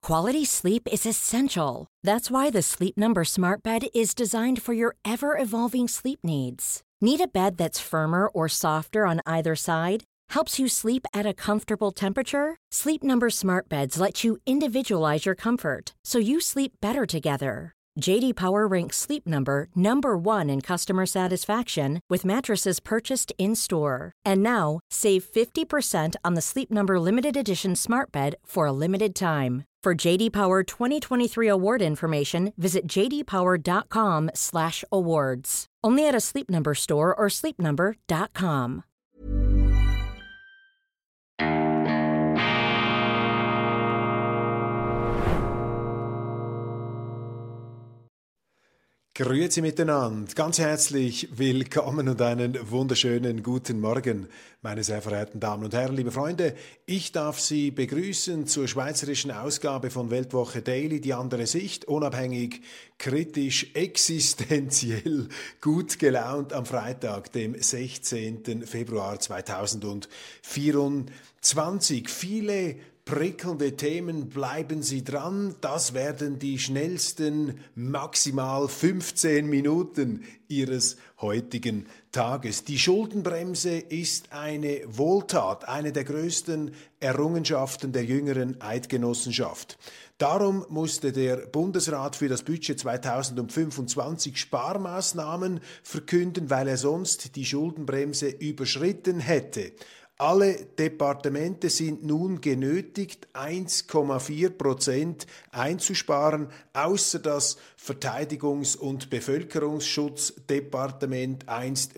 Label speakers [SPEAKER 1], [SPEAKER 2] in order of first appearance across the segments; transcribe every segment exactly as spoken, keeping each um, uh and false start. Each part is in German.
[SPEAKER 1] Quality sleep is essential. That's why the Sleep Number Smart Bed is designed for your ever-evolving sleep needs. Need a bed that's firmer or softer on either side? Helps you sleep at a comfortable temperature? Sleep Number Smart Beds let you individualize your comfort, so you sleep better together. J D Power ranks Sleep Number number one in customer satisfaction with mattresses purchased in-store. And now, save fifty percent on the Sleep Number Limited Edition Smart Bed for a limited time. For J D Power twenty twenty-three award information, visit j d power dot com slash awards. Only at a Sleep Number store or sleep number dot com.
[SPEAKER 2] Grüezi miteinander, ganz herzlich willkommen und einen wunderschönen guten Morgen, meine sehr verehrten Damen und Herren, liebe Freunde. Ich darf Sie begrüßen zur schweizerischen Ausgabe von Weltwoche Daily, die andere Sicht, unabhängig, kritisch, existenziell, gut gelaunt am Freitag, dem sechzehnten Februar zweitausendvierundzwanzig. Viele prickelnde Themen, bleiben Sie dran. Das werden die schnellsten maximal fünfzehn Minuten Ihres heutigen Tages. Die Schuldenbremse ist eine Wohltat, eine der größten Errungenschaften der jüngeren Eidgenossenschaft. Darum musste der Bundesrat für das Budget zweitausendfünfundzwanzig Sparmaßnahmen verkünden, weil er sonst die Schuldenbremse überschritten hätte. Alle Departemente sind nun genötigt, eins Komma vier Prozent einzusparen, außer das Verteidigungs- und Bevölkerungsschutzdepartement, einst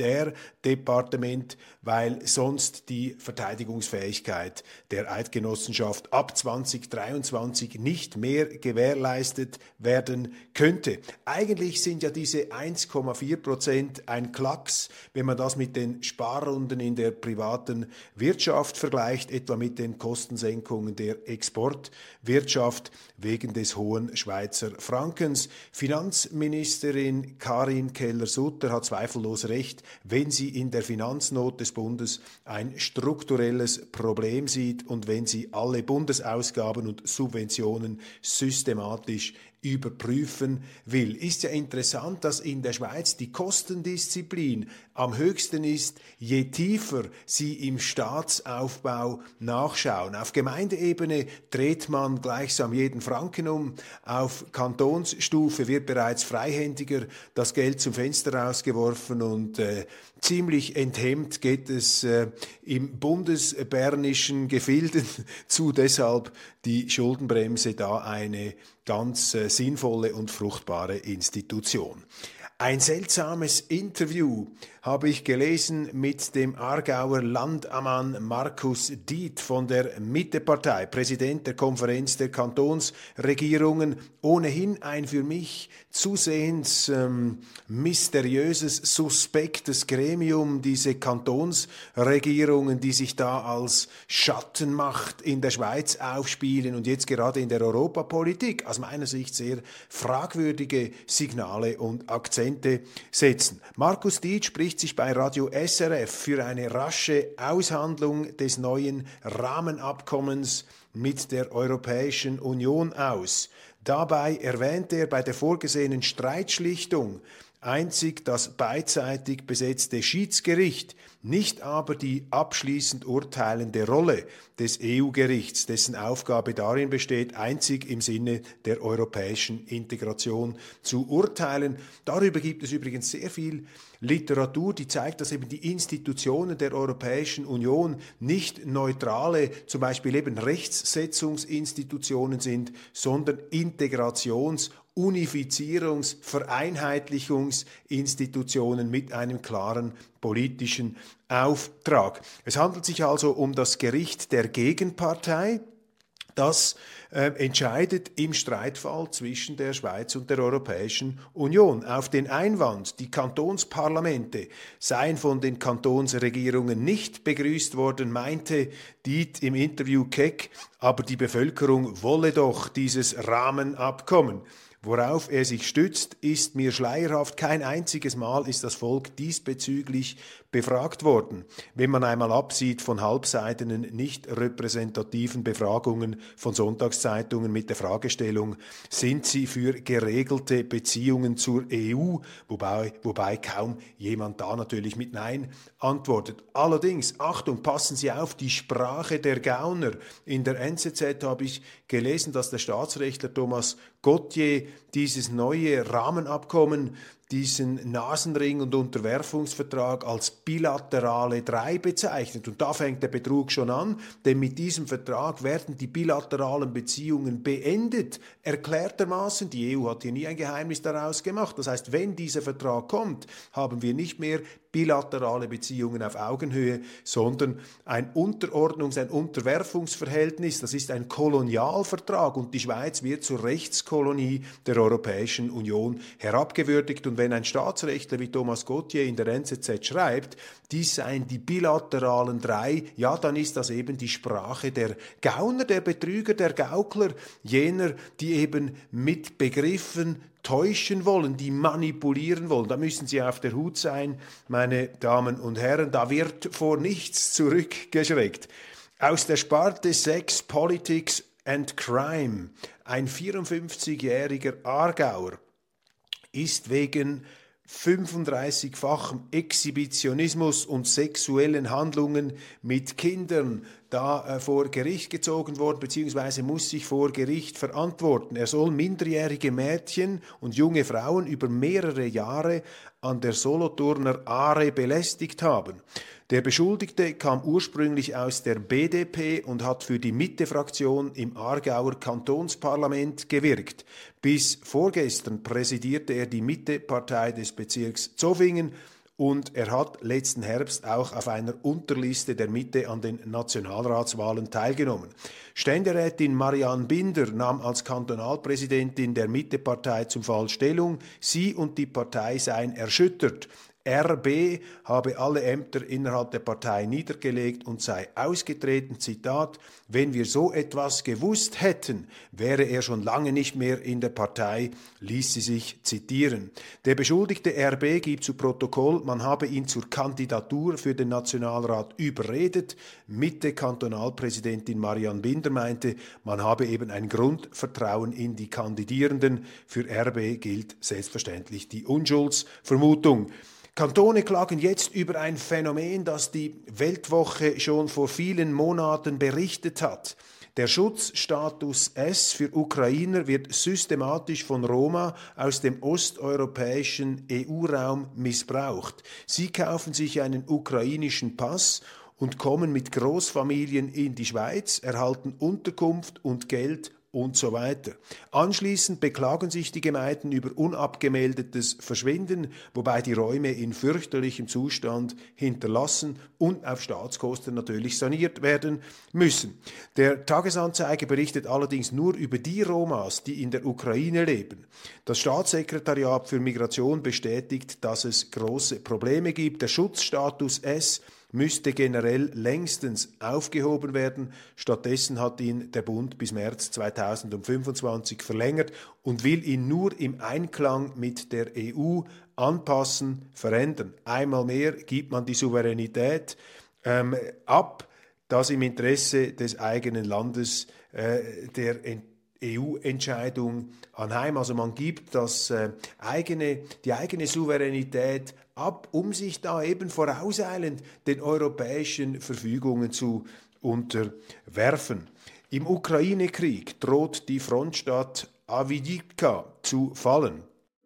[SPEAKER 2] Militärdepartement, weil sonst die Verteidigungsfähigkeit der Eidgenossenschaft ab zweitausenddreiundzwanzig nicht mehr gewährleistet werden könnte. Eigentlich sind ja diese eins Komma vier Prozent ein Klacks, wenn man das mit den Sparrunden in der privaten Wirtschaft vergleicht, etwa mit den Kostensenkungen der Exportwirtschaft wegen des hohen Schweizer Frankens. Finanzministerin Karin Keller-Sutter hat zweifellos recht, wenn sie in der Finanznot des Bundes ein strukturelles Problem sieht und wenn sie alle Bundesausgaben und Subventionen systematisch überprüfen will. Ist ja interessant, dass in der Schweiz die Kostendisziplin am höchsten ist, je tiefer Sie im Staatsaufbau nachschauen. Auf Gemeindeebene dreht man gleichsam jeden Franken um, auf Kantonsstufe wird bereits freihändiger das Geld zum Fenster rausgeworfen und äh, ziemlich enthemmt geht es äh, im bundesbernischen Gefilden zu, deshalb die Schuldenbremse da eine ganz äh, sinnvolle und fruchtbare Institution. Ein seltsames Interview habe ich gelesen mit dem Aargauer Landammann Markus Dieth von der Mittepartei, Präsident der Konferenz der Kantonsregierungen, ohnehin ein für mich zusehends ähm, mysteriöses, suspektes Gremium, diese Kantonsregierungen, die sich da als Schattenmacht in der Schweiz aufspielen und jetzt gerade in der Europapolitik aus meiner Sicht sehr fragwürdige Signale und Akzente setzen. Markus Dieth spricht sich bei Radio S R F für eine rasche Aushandlung des neuen Rahmenabkommens mit der Europäischen Union aus. Dabei erwähnt er bei der vorgesehenen Streitschlichtung einzig das beidseitig besetzte Schiedsgericht, nicht aber die abschließend urteilende Rolle des E U-Gerichts, dessen Aufgabe darin besteht, einzig im Sinne der europäischen Integration zu urteilen. Darüber gibt es übrigens sehr viel Literatur, die zeigt, dass eben die Institutionen der Europäischen Union nicht neutrale, zum Beispiel eben Rechtsetzungsinstitutionen sind, sondern Integrations- Unifizierungs-, Vereinheitlichungsinstitutionen mit einem klaren politischen Auftrag. Es handelt sich also um das Gericht der Gegenpartei, das äh, entscheidet im Streitfall zwischen der Schweiz und der Europäischen Union. Auf den Einwand, die Kantonsparlamente seien von den Kantonsregierungen nicht begrüßt worden, meinte Dieth im Interview keck, aber die Bevölkerung wolle doch dieses Rahmenabkommen. Worauf er sich stützt, ist mir schleierhaft. Kein einziges Mal ist das Volk diesbezüglich befragt worden. Wenn man einmal absieht von halbseitigen, nicht repräsentativen Befragungen von Sonntagszeitungen mit der Fragestellung, sind sie für geregelte Beziehungen zur E U, wobei, wobei kaum jemand da natürlich mit Nein antwortet. Allerdings, Achtung, passen Sie auf, die Sprache der Gauner. In der N Z Z habe ich gelesen, dass der Staatsrechtler Thomas Gauthier dieses neue Rahmenabkommen, diesen Nasenring- und Unterwerfungsvertrag als bilaterale drei bezeichnet. Und da fängt der Betrug schon an, denn mit diesem Vertrag werden die bilateralen Beziehungen beendet. Erklärtermaßen, die E U hat hier nie ein Geheimnis daraus gemacht. Das heißt, wenn dieser Vertrag kommt, haben wir nicht mehr bilaterale Beziehungen auf Augenhöhe, sondern ein Unterordnungs-, ein Unterwerfungsverhältnis. Das ist ein Kolonialvertrag und die Schweiz wird zur Rechtskolonie der Europäischen Union herabgewürdigt. Und wenn ein Staatsrechtler wie Thomas Gauthier in der N Z Z schreibt, dies seien die bilateralen drei, ja, dann ist das eben die Sprache der Gauner, der Betrüger, der Gaukler, jener, die eben mit Begriffen täuschen wollen, die manipulieren wollen. Da müssen Sie auf der Hut sein, meine Damen und Herren. Da wird vor nichts zurückgeschreckt. Aus der Sparte Sex, Politics and Crime. Ein vierundfünfzigjähriger Aargauer ist wegen fünfunddreißigfachem Exhibitionismus und sexuellen Handlungen mit Kindern da äh, vor Gericht gezogen worden, beziehungsweise muss sich vor Gericht verantworten. Er soll minderjährige Mädchen und junge Frauen über mehrere Jahre an der Solothurner Aare belästigt haben. Der Beschuldigte kam ursprünglich aus der B D P und hat für die Mitte-Fraktion im Aargauer Kantonsparlament gewirkt. Bis vorgestern präsidierte er die Mitte-Partei des Bezirks Zofingen und er hat letzten Herbst auch auf einer Unterliste der Mitte an den Nationalratswahlen teilgenommen. Ständerätin Marianne Binder nahm als Kantonalpräsidentin der Mitte-Partei zum Fall Stellung. Sie und die Partei seien erschüttert. R B habe alle Ämter innerhalb der Partei niedergelegt und sei ausgetreten, Zitat, wenn wir so etwas gewusst hätten, wäre er schon lange nicht mehr in der Partei, ließ sie sich zitieren. Der beschuldigte R B gibt zu Protokoll, man habe ihn zur Kandidatur für den Nationalrat überredet. Mitte-Kantonalpräsidentin Marianne Binder meinte, man habe eben ein Grundvertrauen in die Kandidierenden. Für R B gilt selbstverständlich die Unschuldsvermutung. Kantone klagen jetzt über ein Phänomen, das die Weltwoche schon vor vielen Monaten berichtet hat. Der Schutzstatus S für Ukrainer wird systematisch von Roma aus dem osteuropäischen E U-Raum missbraucht. Sie kaufen sich einen ukrainischen Pass und kommen mit Großfamilien in die Schweiz, erhalten Unterkunft und Geld und so weiter. Anschließend beklagen sich die Gemeinden über unabgemeldetes Verschwinden, wobei die Räume in fürchterlichem Zustand hinterlassen und auf Staatskosten natürlich saniert werden müssen. Der Tagesanzeiger berichtet allerdings nur über die Romas, die in der Ukraine leben. Das Staatssekretariat für Migration bestätigt, dass es große Probleme gibt. Der Schutzstatus S müsste generell längstens aufgehoben werden. Stattdessen hat ihn der Bund bis März zweitausendfünfundzwanzig verlängert und will ihn nur im Einklang mit der E U anpassen, verändern. Einmal mehr gibt man die Souveränität ähm, ab, das im Interesse des eigenen Landes äh, der E U-Entscheidung anheim. Also man gibt das, äh, eigene, die eigene Souveränität ab, um sich da eben vorauseilend den europäischen Verfügungen zu unterwerfen. Im Ukraine-Krieg droht die Frontstadt Awdijiwka zu fallen.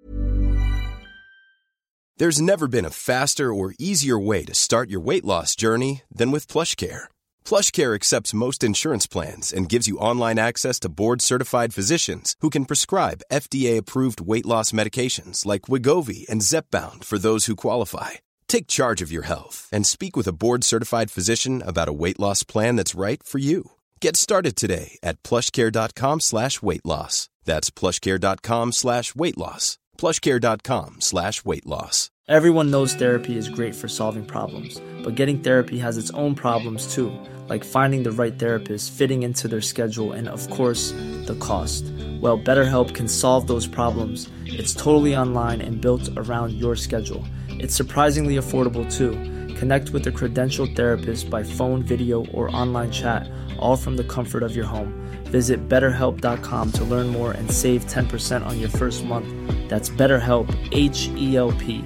[SPEAKER 3] There's never been a faster or easier way to start your weight loss journey than with PlushCare. PlushCare accepts most insurance plans and gives you online access to board-certified physicians who can prescribe F D A-approved weight loss medications like Wegovy and Zepbound for those who qualify. Take charge of your health and speak with a board-certified physician about a weight loss plan that's right for you. Get started today at plushcare.com slash weight loss. That's plushcare.com slash weight loss. plushcare.com slash weight loss.
[SPEAKER 4] Everyone knows therapy is great for solving problems, but getting therapy has its own problems too, like finding the right therapist, fitting into their schedule, and of course, the cost. Well, BetterHelp can solve those problems. It's totally online and built around your schedule. It's surprisingly affordable too. Connect with a credentialed therapist by phone, video, or online chat, all from the comfort of your home. Visit better help dot com to learn more and save ten percent on your first month. That's BetterHelp, H E L P.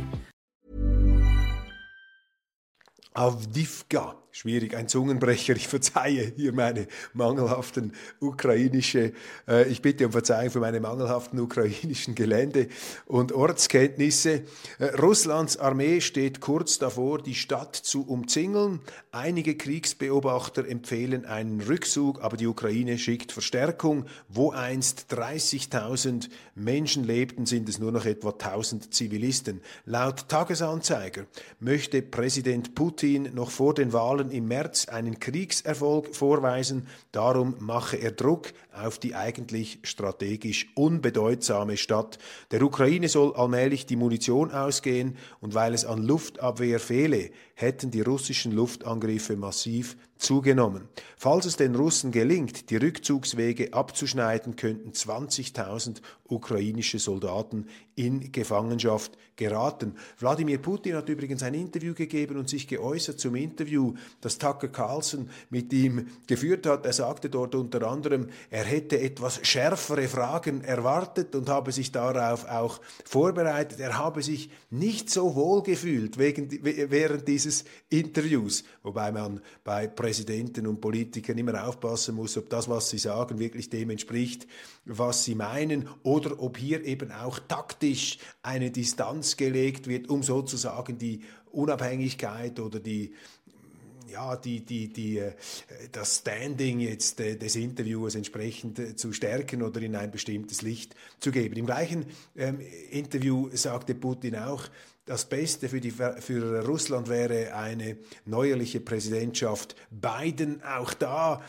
[SPEAKER 2] Avdiivka, schwierig, ein Zungenbrecher, ich verzeihe hier meine mangelhaften ukrainische, äh, ich bitte um Verzeihung für meine mangelhaften ukrainischen Gelände- und Ortskenntnisse. Äh, Russlands Armee steht kurz davor, die Stadt zu umzingeln. Einige Kriegsbeobachter empfehlen einen Rückzug, aber die Ukraine schickt Verstärkung. Wo einst dreißigtausend Menschen lebten, sind es nur noch etwa tausend Zivilisten. Laut Tagesanzeiger möchte Präsident Putin noch vor den Wahlen im März einen Kriegserfolg vorweisen. Darum mache er Druck auf die eigentlich strategisch unbedeutsame Stadt. Der Ukraine soll allmählich die Munition ausgehen und weil es an Luftabwehr fehle, hätten die russischen Luftangriffe massiv zugenommen. Falls es den Russen gelingt, die Rückzugswege abzuschneiden, könnten zwanzigtausend ukrainische Soldaten in Gefangenschaft geraten. Wladimir Putin hat übrigens ein Interview gegeben und sich geäußert zum Interview, das Tucker Carlson mit ihm geführt hat. Er sagte dort unter anderem, er hätte etwas schärfere Fragen erwartet und habe sich darauf auch vorbereitet. Er habe sich nicht so wohl gefühlt wegen, während dieses Interviews, wobei man bei Präsidenten und Politikern immer aufpassen muss, ob das, was sie sagen, wirklich dem entspricht, was sie meinen, oder ob hier eben auch taktisch eine Distanz gelegt wird, um sozusagen die Unabhängigkeit oder die ja, die, die, die, das Standing jetzt des Interviewers entsprechend zu stärken oder in ein bestimmtes Licht zu geben. Im gleichen ähm, Interview sagte Putin auch, das Beste für, die, für Russland wäre eine neuerliche Präsidentschaft Biden. Auch da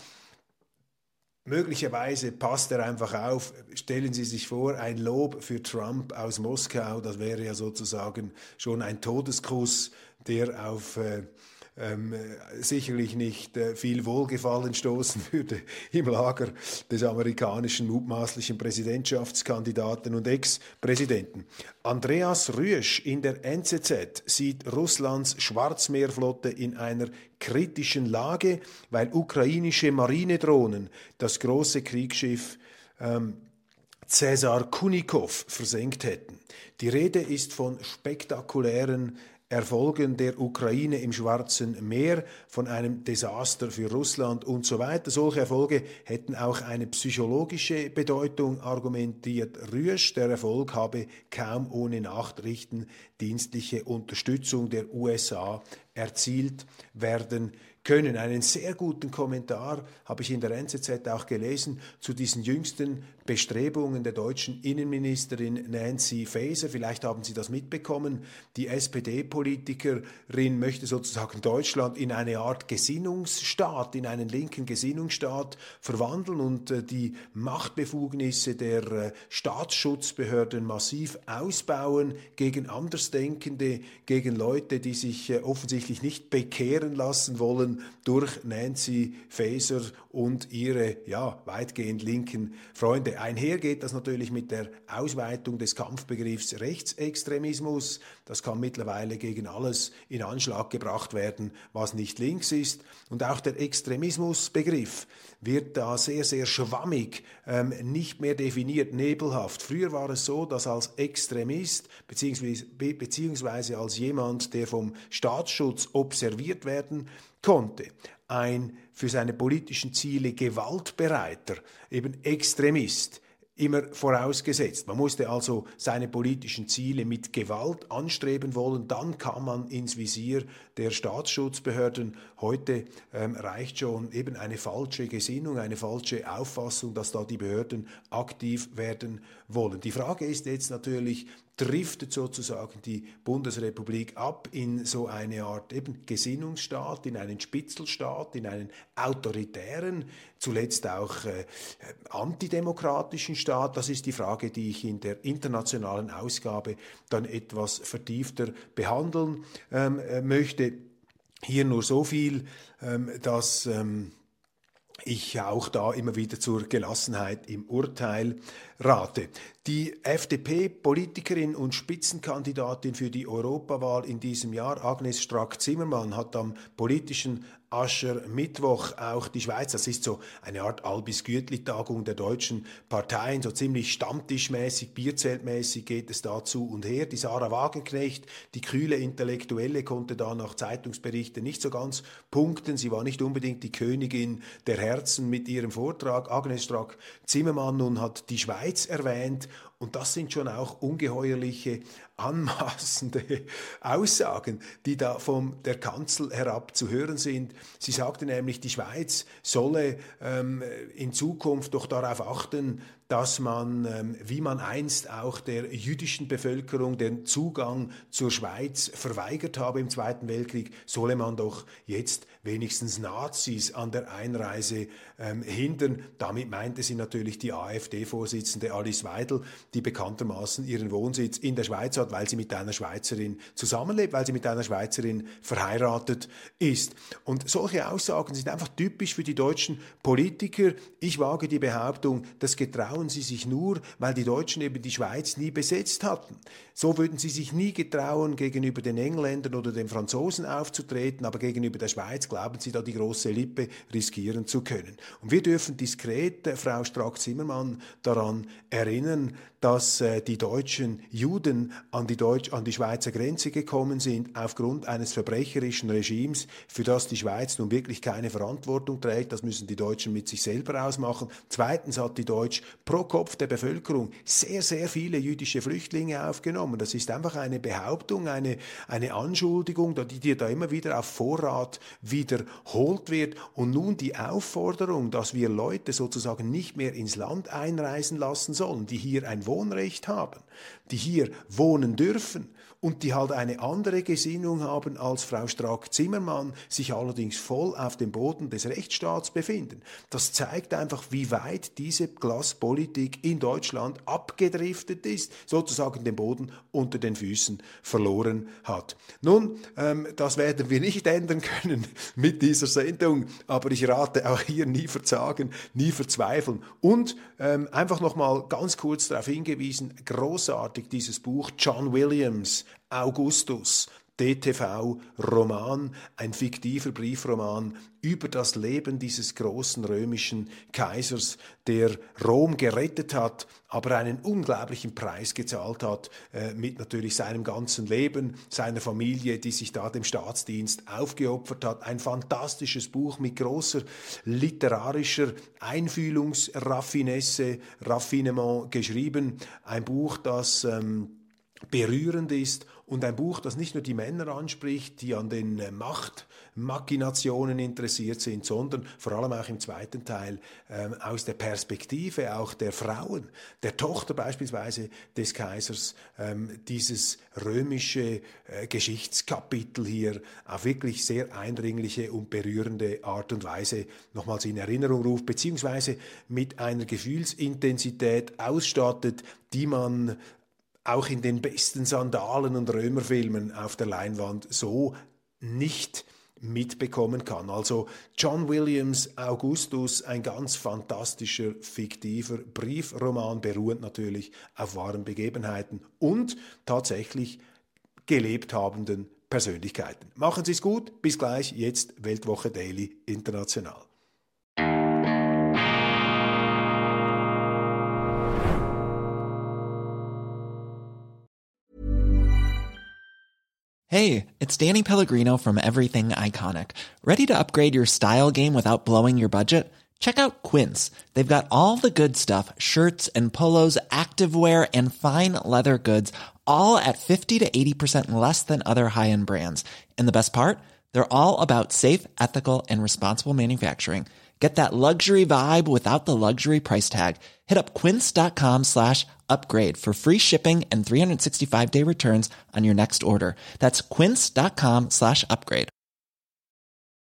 [SPEAKER 2] möglicherweise passt er einfach auf. Stellen Sie sich vor, ein Lob für Trump aus Moskau, das wäre ja sozusagen schon ein Todeskuss, der auf äh, ähm, sicherlich nicht äh, viel Wohlgefallen stoßen würde im Lager des amerikanischen mutmaßlichen Präsidentschaftskandidaten und Ex-Präsidenten. Andreas Rüesch in der N Z Z sieht Russlands Schwarzmeerflotte in einer kritischen Lage, weil ukrainische Marinedrohnen das große Kriegsschiff ähm, Cäsar Kunikow versenkt hätten. Die Rede ist von spektakulären Erfolgen der Ukraine im Schwarzen Meer, von einem Desaster für Russland und so weiter. Solche Erfolge hätten auch eine psychologische Bedeutung, argumentiert Rüesch. Der Erfolg habe kaum ohne nachrichtendienstliche Unterstützung der U S A erzielt werden können. Einen sehr guten Kommentar habe ich in der N Z Z auch gelesen zu diesen jüngsten Bestrebungen der deutschen Innenministerin Nancy Faeser. Vielleicht haben Sie das mitbekommen. Die S P D-Politikerin möchte sozusagen Deutschland in eine Art Gesinnungsstaat, in einen linken Gesinnungsstaat verwandeln und äh, die Machtbefugnisse der äh, Staatsschutzbehörden massiv ausbauen gegen Andersdenkende, gegen Leute, die sich äh, offensichtlich nicht bekehren lassen wollen durch Nancy Faeser und ihre ja, weitgehend linken Freunde. Einher geht das natürlich mit der Ausweitung des Kampfbegriffs Rechtsextremismus. Das kann mittlerweile gegen alles in Anschlag gebracht werden, was nicht links ist. Und auch der Extremismusbegriff wird da sehr, sehr schwammig, ähm, nicht mehr definiert, nebelhaft. Früher war es so, dass als Extremist beziehungsweise, be, beziehungsweise als jemand, der vom Staatsschutz observiert werden konnte, ein für seine politischen Ziele gewaltbereiter, eben Extremist, immer vorausgesetzt. Man musste also seine politischen Ziele mit Gewalt anstreben wollen, dann kam man ins Visier der Staatsschutzbehörden. Heute ähm, reicht schon eben eine falsche Gesinnung, eine falsche Auffassung, dass da die Behörden aktiv werden wollen. Die Frage ist jetzt natürlich, driftet sozusagen die Bundesrepublik ab in so eine Art eben Gesinnungsstaat, in einen Spitzelstaat, in einen autoritären, zuletzt auch äh, antidemokratischen Staat? Das ist die Frage, die ich in der internationalen Ausgabe dann etwas vertiefter behandeln ähm, möchte. Hier nur so viel, ähm, dass ähm, ich auch da immer wieder zur Gelassenheit im Urteil rate. Die F D P-Politikerin und Spitzenkandidatin für die Europawahl in diesem Jahr, Agnes Strack-Zimmermann, hat am politischen Aschermittwoch auch die Schweiz, das ist so eine Art Albis-Gütli-Tagung der deutschen Parteien, so ziemlich stammtischmäßig, bierzeltmäßig geht es da zu und her. Die Sarah Wagenknecht, die kühle Intellektuelle, konnte da nach Zeitungsberichten nicht so ganz punkten. Sie war nicht unbedingt die Königin der Herzen mit ihrem Vortrag. Agnes Strack-Zimmermann nun hat die Schweiz erwähnt. Und das sind schon auch ungeheuerliche, anmaßende Aussagen, die da von der Kanzel herab zu hören sind. Sie sagte nämlich, die Schweiz solle ähm, in Zukunft doch darauf achten, dass man, ähm, wie man einst auch der jüdischen Bevölkerung den Zugang zur Schweiz verweigert habe im Zweiten Weltkrieg, solle man doch jetzt wenigstens Nazis an der Einreise ähm, hindern. Damit meinte sie natürlich die AfD-Vorsitzende Alice Weidel, die bekanntermaßen ihren Wohnsitz in der Schweiz hat, weil sie mit einer Schweizerin zusammenlebt, weil sie mit einer Schweizerin verheiratet ist. Und solche Aussagen sind einfach typisch für die deutschen Politiker. Ich wage die Behauptung, das getrauen sie sich nur, weil die Deutschen eben die Schweiz nie besetzt hatten. So würden sie sich nie getrauen, gegenüber den Engländern oder den Franzosen aufzutreten, aber gegenüber der Schweiz glauben sie da die große Lippe riskieren zu können. Und wir dürfen diskret äh, Frau Strack-Zimmermann daran erinnern, dass äh, die deutschen Juden an die, Deutsch, an die Schweizer Grenze gekommen sind aufgrund eines verbrecherischen Regimes, für das die Schweiz nun wirklich keine Verantwortung trägt. Das müssen die Deutschen mit sich selber ausmachen. Zweitens hat die Deutsch pro Kopf der Bevölkerung sehr, sehr viele jüdische Flüchtlinge aufgenommen. Das ist einfach eine Behauptung, eine, eine Anschuldigung, die dir da immer wieder auf Vorrat wiederholt wird. Und nun die Aufforderung, dass wir Leute sozusagen nicht mehr ins Land einreisen lassen sollen, die hier ein Wohnrecht haben, die hier wohnen dürfen und die halt eine andere Gesinnung haben als Frau Strack-Zimmermann, sich allerdings voll auf dem Boden des Rechtsstaats befinden. Das zeigt einfach, wie weit diese Klasspolitik in Deutschland abgedriftet ist, sozusagen den Boden unter den Füßen verloren hat. Nun, ähm, das werden wir nicht ändern können mit dieser Sendung, aber ich rate auch hier nie verzagen, nie verzweifeln und ähm, einfach nochmal ganz kurz darauf hingewiesen, großartig dieses Buch John Williams, Augustus, D T V-Roman, ein fiktiver Briefroman über das Leben dieses großen römischen Kaisers, der Rom gerettet hat, aber einen unglaublichen Preis gezahlt hat, äh, mit natürlich seinem ganzen Leben, seiner Familie, die sich da dem Staatsdienst aufgeopfert hat. Ein fantastisches Buch mit großer literarischer Einfühlungsraffinesse, Raffinement geschrieben. Ein Buch, das ähm, berührend ist und ein Buch, das nicht nur die Männer anspricht, die an den äh, Machtmachinationen interessiert sind, sondern vor allem auch im zweiten Teil äh, aus der Perspektive auch der Frauen, der Tochter beispielsweise des Kaisers, äh, dieses römische äh, Geschichtskapitel hier auf wirklich sehr eindringliche und berührende Art und Weise nochmals in Erinnerung ruft, beziehungsweise mit einer Gefühlsintensität ausstattet, die man auch in den besten Sandalen- und Römerfilmen auf der Leinwand so nicht mitbekommen kann. Also John Williams, Augustus, ein ganz fantastischer, fiktiver Briefroman, beruhend natürlich auf wahren Begebenheiten und tatsächlich gelebt habenden Persönlichkeiten. Machen Sie es gut, bis gleich, jetzt Weltwoche Daily International.
[SPEAKER 5] Hey, it's Danny Pellegrino from Everything Iconic. Ready to upgrade your style game without blowing your budget? Check out Quince. They've got all the good stuff, shirts and polos, activewear, and fine leather goods, all at fifty to eighty percent less than other high-end brands. And the best part? They're all about safe, ethical, and responsible manufacturing. Get that luxury vibe without the luxury price tag. Hit up quince.com slash upgrade for free shipping and three sixty-five day returns on your next order. That's quince.com slash upgrade.